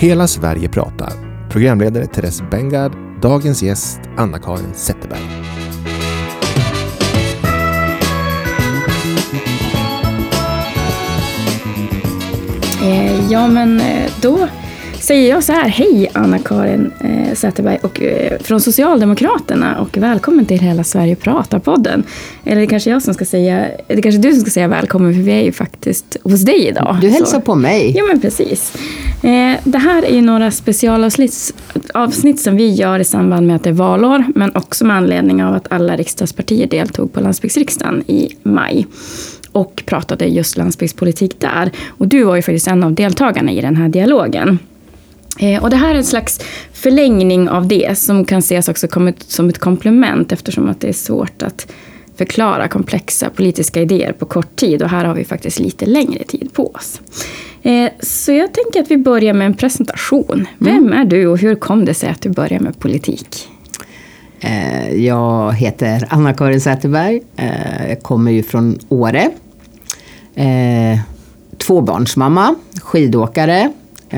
Hela Sverige pratar. Programledare Therese Bengard. Dagens gäst Anna-Karin Zetterberg. Ja, men då säger jag så här. Hej Anna-Karin Zetterberg och från Socialdemokraterna och välkommen till Hela Sverige pratar-podden. Eller det kanske jag som ska säga, det kanske du som ska säga välkommen, för vi är ju faktiskt hos dig idag. Du hälsar på mig. Ja, men precis. Det här är ju några specialavsnitt som vi gör i samband med att det är valår, men också med anledning av att alla riksdagspartier deltog på landsbygdsriksdagen i maj och pratade just landsbygdspolitik där. Och du var ju faktiskt en av deltagarna i den här dialogen. Och det här är en slags förlängning av det som kan ses också som ett komplement, eftersom att det är svårt att förklara komplexa politiska idéer på kort tid. Och här har vi faktiskt lite längre tid på oss. Så jag tänker att vi börjar med en presentation. Vem är du och hur kom det sig att du börjar med politik? Jag heter Anna-Karin Zetterberg. Jag kommer ju från Åre. Tvåbarnsmamma, skidåkare.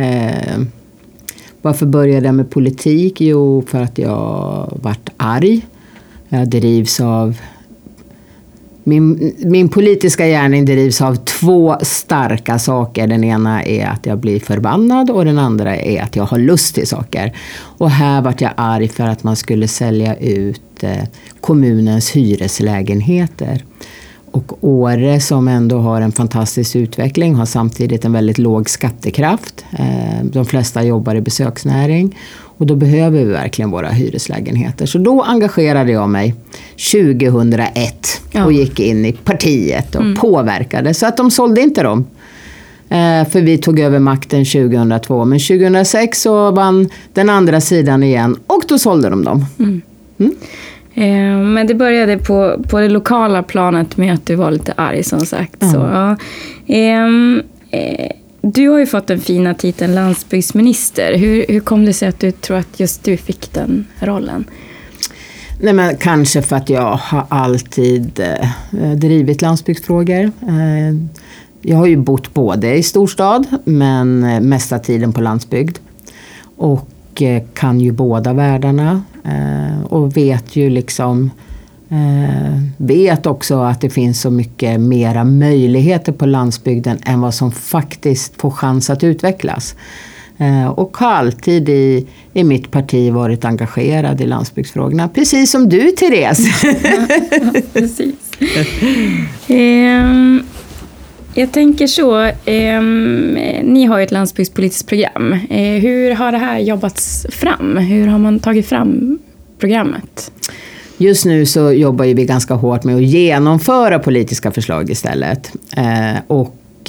Varför började jag med politik? Jo, för att jag varit arg. Jag drivs av... Min politiska gärning drivs av två starka saker. Den ena är att jag blir förbannad och den andra är att jag har lust till saker. Och här vart jag arg för att man skulle sälja ut kommunens hyreslägenheter. Och Åre, som ändå har en fantastisk utveckling, har samtidigt en väldigt låg skattekraft. De flesta jobbar i besöksnäring och då behöver vi verkligen våra hyreslägenheter. Så då engagerade jag mig 2001 och gick in i partiet och påverkade. Så att de sålde inte dem. För vi tog över makten 2002. Men 2006 så vann den andra sidan igen och då sålde de dem. Men det började på det lokala planet med att du var lite arg, som sagt. Så, ja. Du har ju fått den fina titeln landsbygdsminister. Hur kom det sig att du tror att just du fick den rollen? Nej, men kanske för att jag har alltid drivit landsbygdsfrågor. Jag har ju bott både i storstad men mesta tiden på landsbygd. Och kan ju båda världarna. Och vet ju liksom... vet också att det finns så mycket mera möjligheter på landsbygden än vad som faktiskt får chans att utvecklas. Och har alltid i mitt parti varit engagerad i landsbygdsfrågorna. Precis som du, Therese. Ja, precis. Jag tänker så, ni har ju ett landsbygdspolitiskt program. Hur har det här jobbats fram? Hur har man tagit fram programmet? Just nu så jobbar vi ganska hårt med att genomföra politiska förslag istället. Och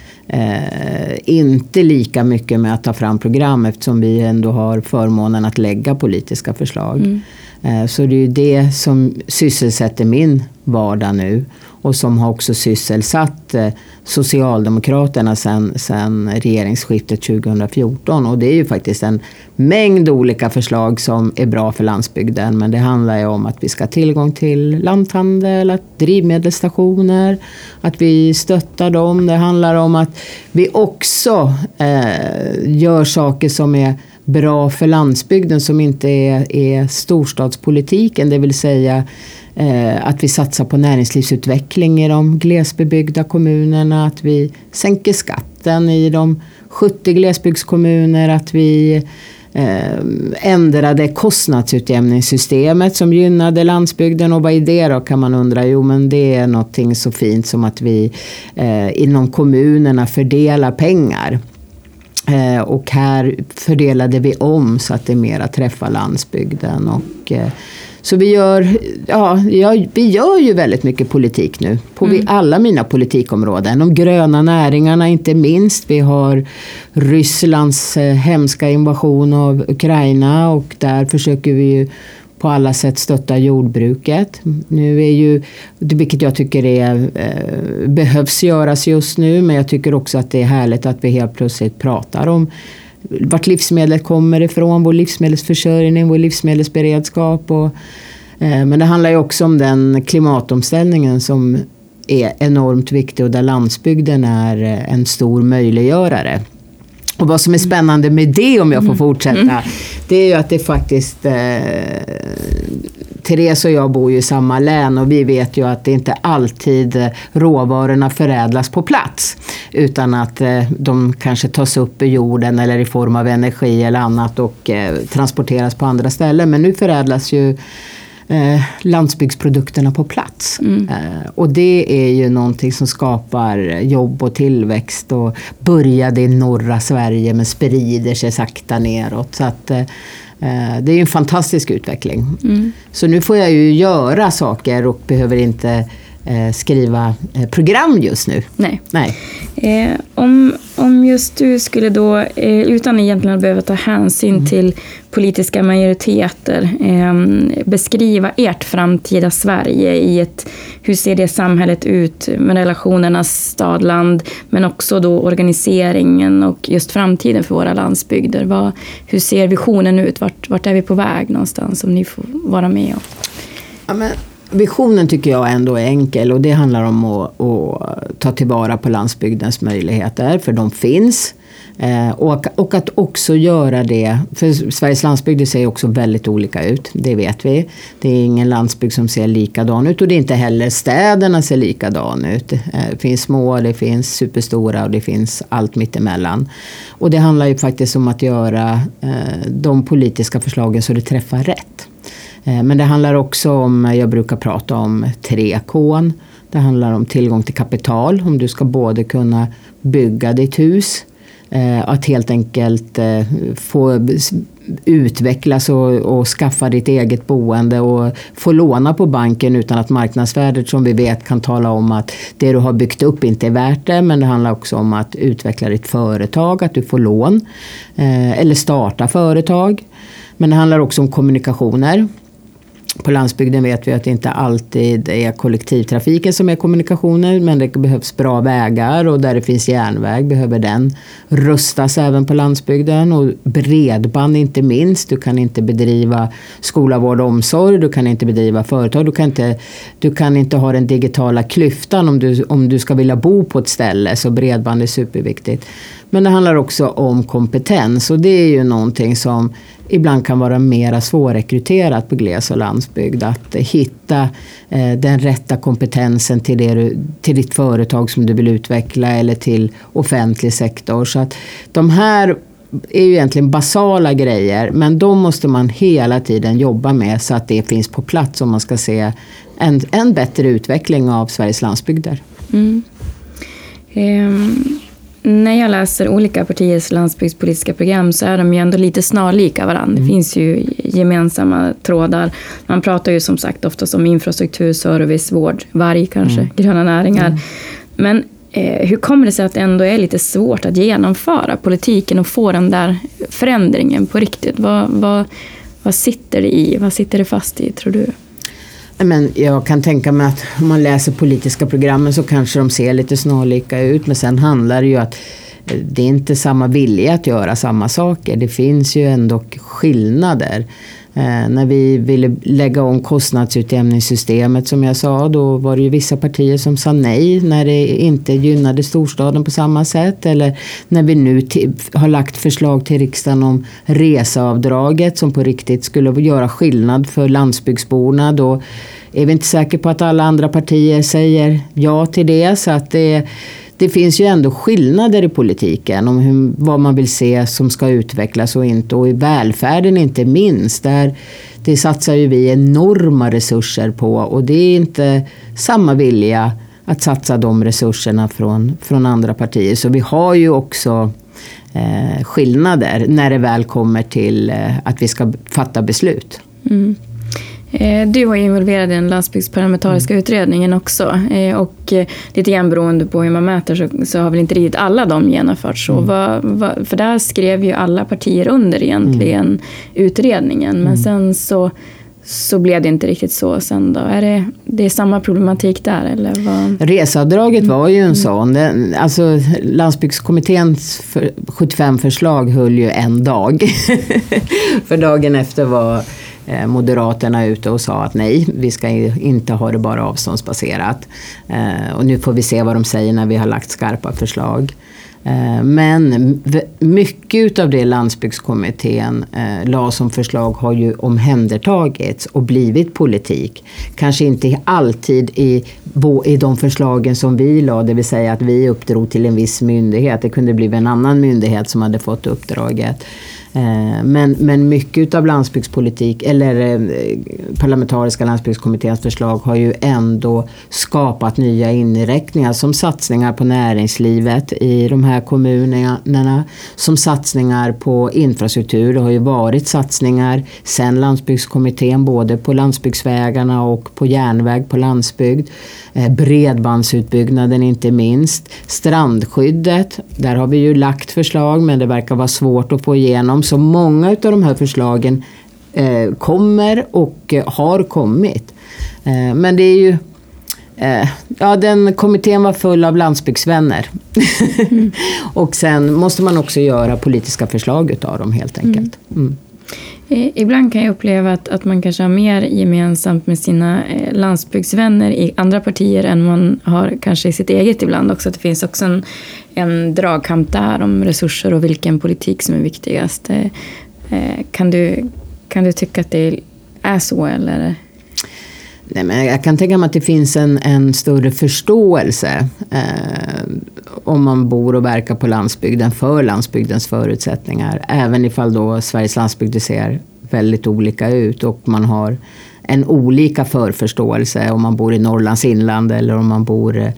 inte lika mycket med att ta fram program, eftersom vi ändå har förmånen att lägga politiska förslag. Så det är ju det som sysselsätter min vardag nu och som har också sysselsatt Socialdemokraterna sedan regeringsskiftet 2014. Och det är ju faktiskt en mängd olika förslag som är bra för landsbygden, men det handlar ju om att vi ska ha tillgång till lanthandel, att drivmedelsstationer, att vi stöttar dem. Det handlar om att vi också gör saker som är bra för landsbygden, som inte är storstadspolitiken, det vill säga att vi satsar på näringslivsutveckling i de glesbebyggda kommunerna, att vi sänker skatten i de 70 glesbygdskommuner, att vi ändrade kostnadsutjämningssystemet som gynnade landsbygden. Och vad är det då, kan man undra? Jo, men det är någonting så fint som att vi inom kommunerna fördelar pengar. Och här fördelade vi om så att det mera träffar landsbygden. Och så vi gör ju väldigt mycket politik nu på alla mina politikområden. De gröna näringarna inte minst. Vi har Rysslands hemska invasion av Ukraina och där försöker vi ju på alla sätt stötta jordbruket. Nu är ju, vilket jag tycker behövs göras just nu, men jag tycker också att det är härligt att vi helt plötsligt pratar om vart livsmedlet kommer ifrån, vår livsmedelsförsörjning, vår livsmedelsberedskap. Men det handlar ju också om den klimatomställningen som är enormt viktig och där landsbygden är en stor möjliggörare. Och vad som är spännande med det, om jag får fortsätta, det är ju att det faktiskt Therese och jag bor ju i samma län och vi vet ju att det inte alltid råvarorna förädlas på plats, utan att de kanske tas upp ur jorden eller i form av energi eller annat och transporteras på andra ställen. Men nu förädlas ju landsbygdsprodukterna på plats. Och det är ju någonting som skapar jobb och tillväxt och började i norra Sverige men sprider sig sakta neråt. Så att det är ju en fantastisk utveckling. Så nu får jag ju göra saker och behöver inte skriva program just nu. Nej. Om just du skulle då, utan egentligen att behöva ta hänsyn till politiska majoriteter, beskriva ert framtida Sverige i hur ser det samhället ut med relationernas stadland, men också då organiseringen och just framtiden för våra landsbygder. Hur ser visionen ut? Vart är vi på väg någonstans, om ni får vara med? Ja, men visionen tycker jag ändå är enkel, och det handlar om att ta tillvara på landsbygdens möjligheter, för de finns. Och att också göra det, för Sveriges landsbygd ser också väldigt olika ut, det vet vi. Det är ingen landsbygd som ser likadan ut, och det är inte heller städerna ser likadan ut. Det finns små, det finns superstora och det finns allt mittemellan. Och det handlar ju faktiskt om att göra de politiska förslagen så det träffar rätt. Men det handlar också om, jag brukar prata om 3K. Det handlar om tillgång till kapital, om du ska både kunna bygga ditt hus, att helt enkelt få utvecklas och skaffa ditt eget boende och få låna på banken utan att marknadsvärdet, som vi vet, kan tala om att det du har byggt upp inte är värt det. Men det handlar också om att utveckla ditt företag, att du får lån eller starta företag. Men det handlar också om kommunikationer. På landsbygden vet vi att det inte alltid är kollektivtrafiken som är kommunikationer, men det behövs bra vägar, och där det finns järnväg behöver den rustas även på landsbygden. Och bredband inte minst. Du kan inte bedriva skola, vård och omsorg, du kan inte bedriva företag, du kan inte ha den digitala klyftan om du ska vilja bo på ett ställe, så bredband är superviktigt. Men det handlar också om kompetens, och det är ju någonting som ibland kan vara mera svårrekryterat på gles- och landsbygd. Att hitta den rätta kompetensen till ditt företag som du vill utveckla, eller till offentlig sektor. Så att de här är ju egentligen basala grejer, men de måste man hela tiden jobba med så att det finns på plats om man ska se en bättre utveckling av Sveriges landsbygder. När jag läser olika partiers landsbygdspolitiska program så är de ju ändå lite snarlika varandra. Det finns ju gemensamma trådar. Man pratar ju som sagt ofta om infrastruktur, service, vård, varg kanske, gröna näringar. Men hur kommer det sig att det ändå är lite svårt att genomföra politiken och få den där förändringen på riktigt? Vad sitter det i? Vad sitter det fast i, tror du? Men jag kan tänka mig att om man läser politiska programmen så kanske de ser lite snarlika ut. Men sen handlar det ju att det är inte samma vilja att göra samma saker. Det finns ju ändå skillnader. När vi ville lägga om kostnadsutjämningssystemet, som jag sa, då var det ju vissa partier som sa nej när det inte gynnade storstaden på samma sätt. Eller när vi nu har lagt förslag till riksdagen om reseavdraget som på riktigt skulle göra skillnad för landsbygdsborna, då är vi inte säkra på att alla andra partier säger ja till det. Så att det finns ju ändå skillnader i politiken om vad man vill se som ska utvecklas och inte. Och i välfärden inte minst. Det satsar ju vi enorma resurser på. Och det är inte samma vilja att satsa de resurserna från andra partier. Så vi har ju också skillnader när det väl kommer till att vi ska fatta beslut. Du var involverad i den landsbygdsparlamentariska utredningen också, och lite grann beroende på hur man mäter så har väl inte riktigt alla de genomförts så. För där skrev ju alla partier under egentligen utredningen, men sen så blev det inte riktigt så sen då. Det är samma problematik där, eller vad? Reseavdraget var ju en sån. Alltså landsbygdskommitténs 75 förslag höll ju en dag. För dagen efter var Moderaterna ute och sa att nej, vi ska inte ha det bara avståndsbaserat. Och nu får vi se vad de säger när vi har lagt skarpa förslag. Men mycket av det landsbygdskommittén la som förslag har ju omhändertagits och blivit politik. Kanske inte alltid i de förslagen som vi la, det vill säga att vi uppdrog till en viss myndighet. Det kunde bli en annan myndighet som hade fått uppdraget. Men mycket av landsbygdspolitik eller parlamentariska landsbygdskommitténs förslag har ju ändå skapat nya inriktningar som satsningar på näringslivet i de här kommunerna, som satsningar på infrastruktur. Det har ju varit satsningar sedan landsbygdskommittén både på landsbygdsvägarna och på järnväg på landsbygd. Bredbandsutbyggnaden inte minst. Strandskyddet, där har vi ju lagt förslag men det verkar vara svårt att få igenom. Så många av de här förslagen kommer och har kommit. Men det är ju... den kommittén var full av landsbygdsvänner. Och sen måste man också göra politiska förslag utav dem helt enkelt. Ibland kan jag uppleva att man kanske har mer gemensamt med sina landsbygdsvänner i andra partier än man har kanske i sitt eget ibland också. Att det finns också en dragkamp där om resurser och vilken politik som är viktigast. Kan du tycka att det är så eller? Nej, men jag kan tänka mig att det finns en större förståelse om man bor och verkar på landsbygden för landsbygdens förutsättningar. Även ifall då Sveriges landsbygd ser väldigt olika ut och man har en olika förförståelse om man bor i Norrlands inland eller om man bor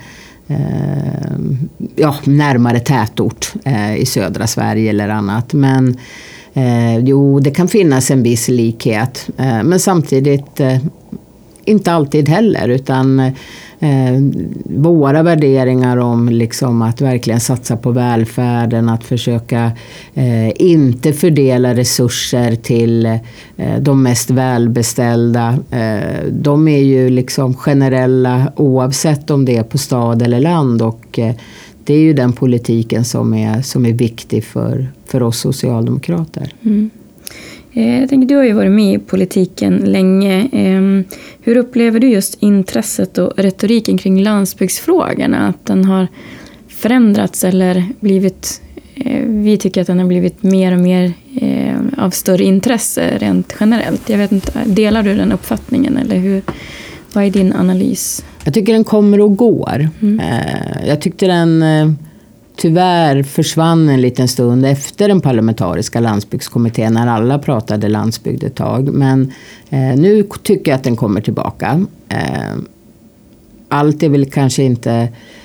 närmare tätort i södra Sverige eller annat. Men det kan finnas en viss likhet. Men samtidigt inte alltid heller, utan våra värderingar om liksom att verkligen satsa på välfärden, att försöka inte fördela resurser till de mest välbeställda. De är ju liksom generella oavsett om det är på stad eller land, och det är ju den politiken som är viktig för oss socialdemokrater. Jag tänker, du har ju varit med i politiken länge. Hur upplever du just intresset och retoriken kring landsbygdsfrågorna? Att den har förändrats eller blivit... Vi tycker att den har blivit mer och mer av större intresse rent generellt. Jag vet inte, delar du den uppfattningen eller vad är din analys? Jag tycker den kommer och går. Jag tyckte den... Tyvärr försvann en liten stund efter den parlamentariska landsbygdskommittén när alla pratade landsbygd ett tag. Men nu tycker jag att den kommer tillbaka. Allt är väl kanske inte...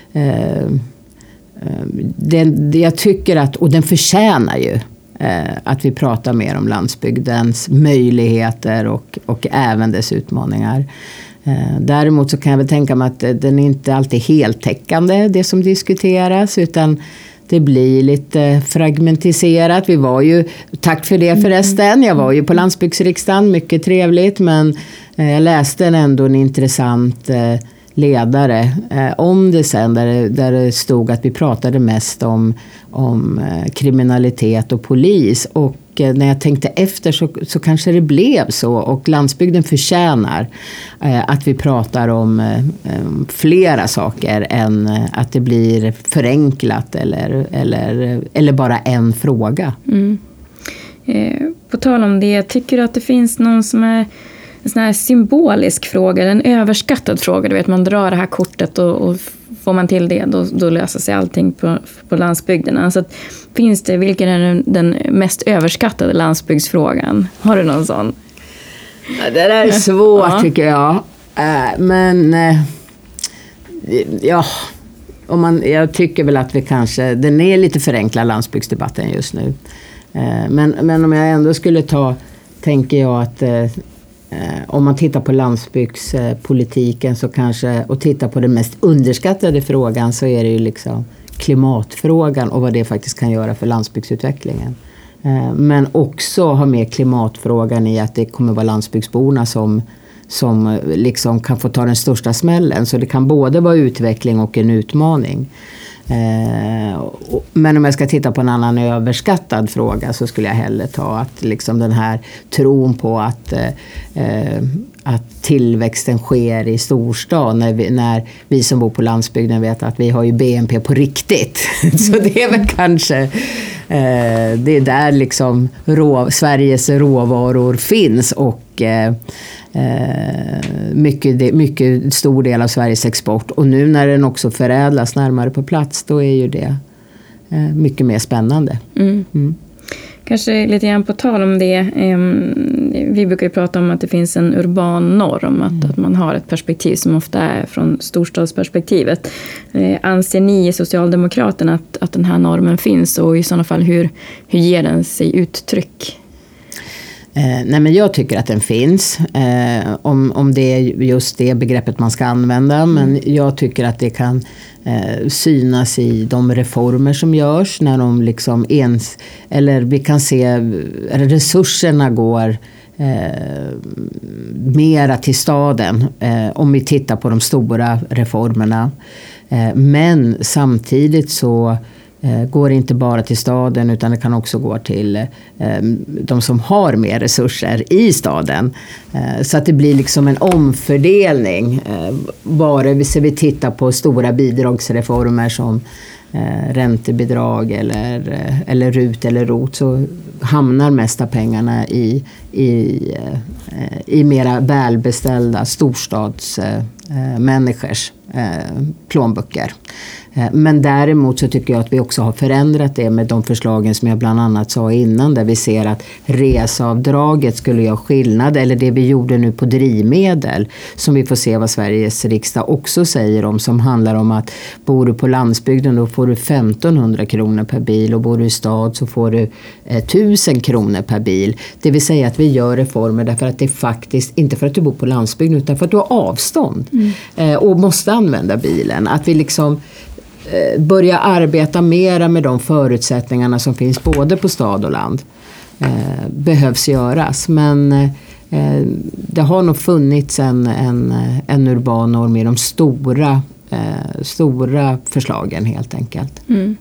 jag tycker att, och den förtjänar ju att vi pratar mer om landsbygdens möjligheter och även dess utmaningar. Däremot så kan jag väl tänka mig att den inte alltid är heltäckande det som diskuteras, utan det blir lite fragmentiserat. Vi var ju, tack för det förresten, jag var ju på landsbygdsriksdagen, mycket trevligt, men jag läste ändå en intressant ledare om det sen där det stod att vi pratade mest om kriminalitet och polis, och när jag tänkte efter så kanske det blev så, och landsbygden förtjänar att vi pratar om flera saker än att det blir förenklat eller bara en fråga. På tal om det, tycker du att det finns någon som är en sån här symbolisk fråga, en överskattad fråga? Du vet, man drar det här kortet och får man till det, då löser sig allting på landsbygden. Alltså, finns det, vilken är den mest överskattade landsbygdsfrågan? Har du någon sån? Ja, det där är svårt tycker jag. Men jag tycker väl att vi kanske, den är lite förenklad landsbygdsdebatten just nu. Men om jag ändå skulle tänker jag att om man tittar på landsbygdspolitiken så kanske, och tittar på den mest underskattade frågan, så är det ju liksom klimatfrågan och vad det faktiskt kan göra för landsbygdsutvecklingen. Men också ha med klimatfrågan i att det kommer vara landsbygdsborna som liksom kan få ta den största smällen. Så det kan både vara utveckling och en utmaning. Men om jag ska titta på en annan överskattad fråga så skulle jag hellre ta att liksom den här tron på att tillväxten sker i storstad när vi som bor på landsbygden vet att vi har ju BNP på riktigt. Så det är väl kanske det är där liksom Sveriges råvaror finns och mycket stor del av Sveriges export. Och nu när den också förädlas närmare på plats, då är ju det mycket mer spännande. Kanske lite grann på tal om det. Vi brukar ju prata om att det finns en urban norm. Att man har ett perspektiv som ofta är från storstadsperspektivet. Anser ni i Socialdemokraterna att den här normen finns? Och i sådana fall, hur ger den sig uttryck? Nej, men jag tycker att den finns. Om det är just det begreppet man ska använda. Men jag tycker att det kan synas i de reformer som görs. När de liksom eller vi kan se resurserna går mera till staden. Om vi tittar på de stora reformerna. Men samtidigt så går inte bara till staden utan det kan också gå till de som har mer resurser i staden. Så att det blir liksom en omfördelning. Vare sig vi tittar på stora bidragsreformer som räntebidrag eller RUT eller ROT, så hamnar mesta pengarna i mera välbeställda storstadsmänniskors plånböcker. Men däremot så tycker jag att vi också har förändrat det med de förslagen som jag bland annat sa innan, där vi ser att reseavdraget skulle göra skillnad, eller det vi gjorde nu på drivmedel som vi får se vad Sveriges riksdag också säger om, som handlar om att bor du på landsbygden då får du 1500 kronor per bil och bor du i stad så får du 1000 kronor per bil. Det vill säga att vi gör reformer därför att det faktiskt, inte för att du bor på landsbygden utan för att du har avstånd och måste använda bilen. Att vi liksom börja arbeta mera med de förutsättningarna som finns både på stad och land behövs göras. Men det har nog funnits en urban norm i de stora förslagen helt enkelt.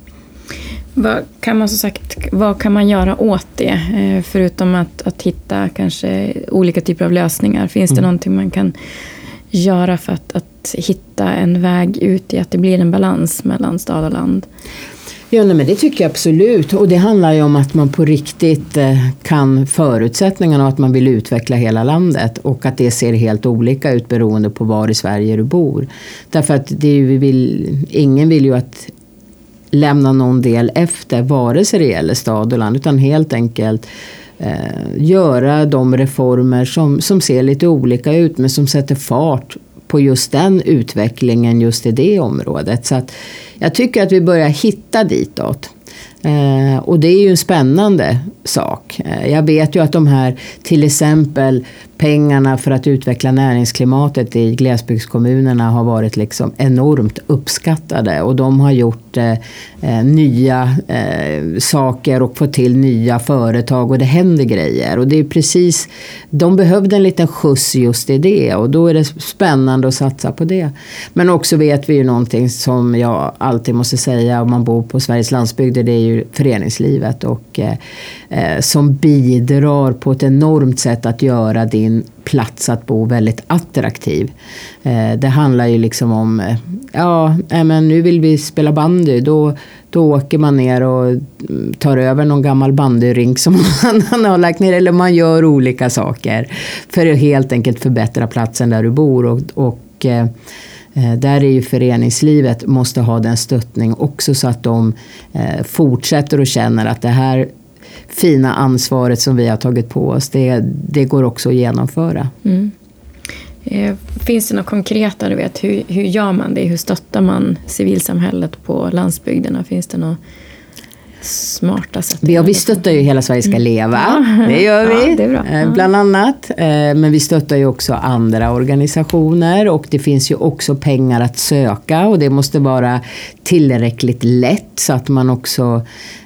Vad kan man göra åt det? Förutom att hitta kanske olika typer av lösningar. Finns det någonting man kan göra för att hitta en väg ut i att det blir en balans mellan stad och land? Ja, men det tycker jag absolut. Och det handlar ju om att man på riktigt kan förutsättningarna och att man vill utveckla hela landet. Och att det ser helt olika ut beroende på var i Sverige du bor. Därför att ingen vill ju att lämna någon del efter, vare sig det gäller stad och land, utan helt enkelt göra de reformer som ser lite olika ut men som sätter fart på just den utvecklingen just i det området. Så att jag tycker att vi börjar hitta ditåt. Och det är ju en spännande sak. Jag vet ju att de här till exempel pengarna för att utveckla näringsklimatet i glesbygdskommunerna har varit liksom enormt uppskattade och de har gjort nya saker och fått till nya företag och det händer grejer och det är precis, de behövde en liten skjuts just i det och då är det spännande att satsa på det. Men också vet vi ju någonting som jag alltid måste säga om man bor på Sveriges landsbygder, det är ju föreningslivet och som bidrar på ett enormt sätt att göra din plats att bo väldigt attraktiv. Det handlar ju liksom om men nu vill vi spela bandy, då åker man ner och tar över någon gammal bandyrink som man har lagt ner, eller man gör olika saker för att helt enkelt förbättra platsen där du bor och där är ju föreningslivet måste ha den stöttning också så att de fortsätter och känner att det här fina ansvaret som vi har tagit på oss, det går också att genomföra. Finns det något konkreta, du vet, hur gör man det? Hur stöttar man civilsamhället på landsbygderna? Finns det något smarta sätt? Vi stöttar ju Hela Sverige ska leva. Det gör vi. Ja, det är bra. Bland annat. Men vi stöttar ju också andra organisationer och det finns ju också pengar att söka och det måste vara tillräckligt lätt så att man också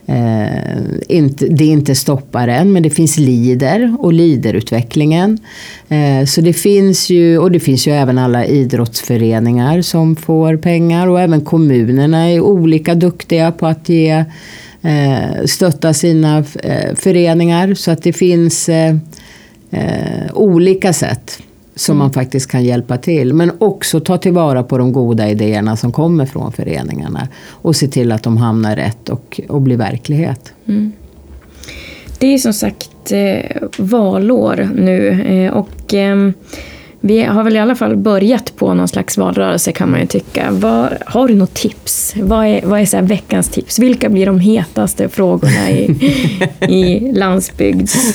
det inte stoppar en, men det finns LIDER och LIDER-utvecklingen. Så det finns ju även alla idrottsföreningar som får pengar och även kommunerna är olika duktiga på att stötta sina föreningar så att det finns olika sätt som man faktiskt kan hjälpa till. Men också ta tillvara på de goda idéerna som kommer från föreningarna. Och se till att de hamnar rätt och blir verklighet. Mm. Det är som sagt valår nu. Och vi har väl i alla fall börjat på någon slags valrörelse kan man ju tycka. Har du något tips? Vad är så här veckans tips? Vilka blir de hetaste frågorna i landsbygds...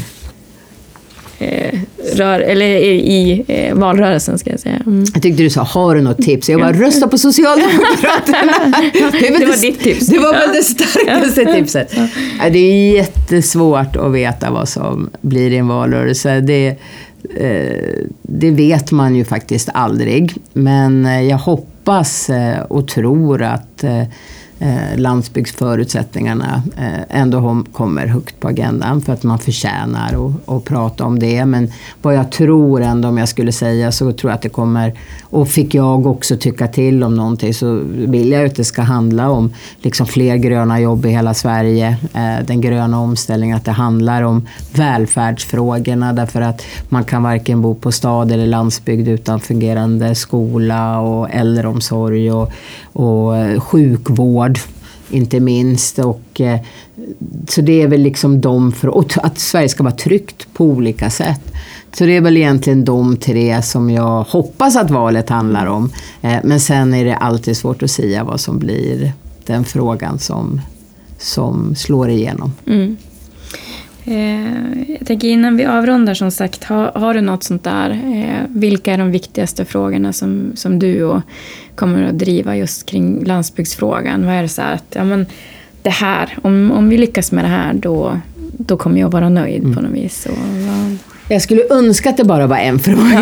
i valrörelsen ska jag säga. Mm. Jag tyckte du sa, har du något tips? Jag bara, rösta på Socialdemokraterna. Det var ditt tips. Det var väl det starkaste tipset. Ja, det är jättesvårt att veta vad som blir i en valrörelse. Det vet man ju faktiskt aldrig. Men jag hoppas och tror att landsbygdsförutsättningarna ändå kommer högt på agendan för att man förtjänar att prata om det. Men vad jag tror ändå, om jag skulle säga, så tror jag att det kommer, och fick jag också tycka till om någonting, så vill jag att det ska handla om liksom fler gröna jobb i hela Sverige, den gröna omställningen, att det handlar om välfärdsfrågorna, därför att man kan varken bo på stad eller landsbygd utan fungerande skola och äldreomsorg och sjukvård inte minst, och så det är väl liksom och att Sverige ska vara tryggt på olika sätt. Så det är väl egentligen de tre som jag hoppas att valet handlar om. Men sen är det alltid svårt att säga vad som blir den frågan som slår igenom. Mm. Jag tänker innan vi avrundar, som sagt, har du något sånt där? Vilka är de viktigaste frågorna som du kommer att driva just kring landsbygdsfrågan? Vad är det så här att det här, om vi lyckas med det här, då kommer jag vara nöjd på något vis. Jag skulle önska att det bara var en fråga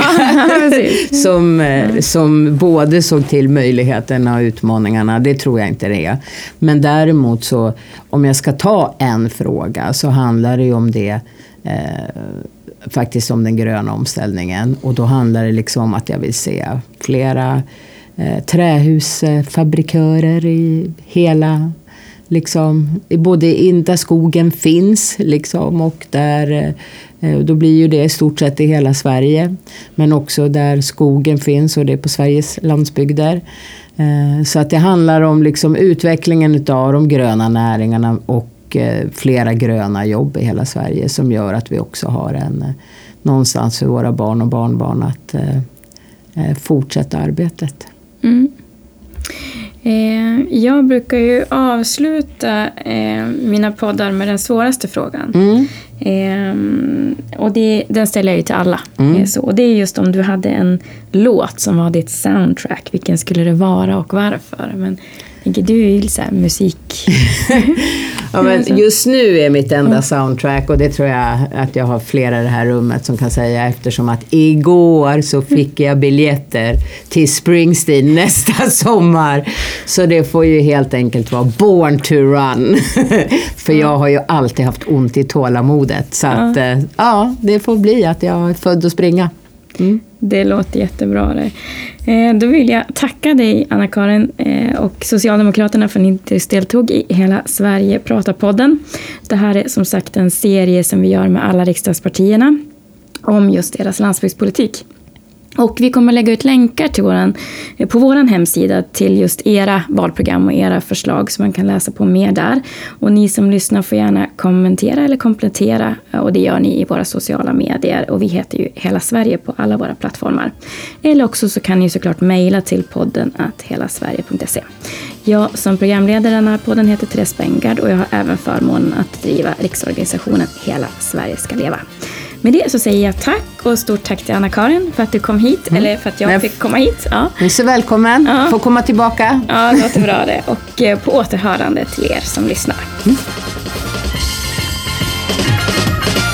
som både såg till möjligheterna och utmaningarna. Det tror jag inte det är. Men däremot så, om jag ska ta en fråga, så handlar det ju om det, faktiskt om den gröna omställningen. Och då handlar det liksom om att jag vill se flera trähusfabrikörer i hela, liksom, både där skogen finns liksom, och där, då blir ju det i stort sett i hela Sverige, men också där skogen finns, och det är på Sveriges landsbygder. Så att det handlar om liksom utvecklingen av de gröna näringarna och flera gröna jobb i hela Sverige, som gör att vi också har någonstans för våra barn och barnbarn att fortsätta arbetet. Mm. Jag brukar ju avsluta mina poddar med den svåraste frågan. Och den ställer jag ju till alla. Och det är just om du hade en låt som var ditt soundtrack. Vilken skulle det vara och varför? Men du är ju så här musik. Ja, men just nu är mitt enda soundtrack, och det tror jag att jag har flera i det här rummet som kan säga, eftersom att igår så fick jag biljetter till Springsteen nästa sommar. Så det får ju helt enkelt vara Born to Run. För jag har ju alltid haft ont i tålamodet. Så att det får bli att jag är född att springa. Mm. Det låter jättebra det. Då vill jag tacka dig, Anna-Karin, och Socialdemokraterna för att ni deltog i Hela Sverige pratar-podden. Det här är som sagt en serie som vi gör med alla riksdagspartierna om just deras landsbygdspolitik. Och vi kommer lägga ut länkar till på vår hemsida till just era valprogram och era förslag, så man kan läsa på mer där. Och ni som lyssnar får gärna kommentera eller komplettera, och det gör ni i våra sociala medier. Och vi heter ju Hela Sverige på alla våra plattformar. Eller också så kan ni såklart mejla till podden @helasverige.se. Jag som programledare den här podden heter Therese Bengard, och jag har även förmånen att driva riksorganisationen Hela Sverige ska leva. Med det så säger jag tack, och stort tack till Anna-Karin för att du kom hit, eller för att jag fick komma hit. Ja. Du är så välkommen, får komma tillbaka. Ja, det låter bra det. Och på återhörande till er som lyssnar.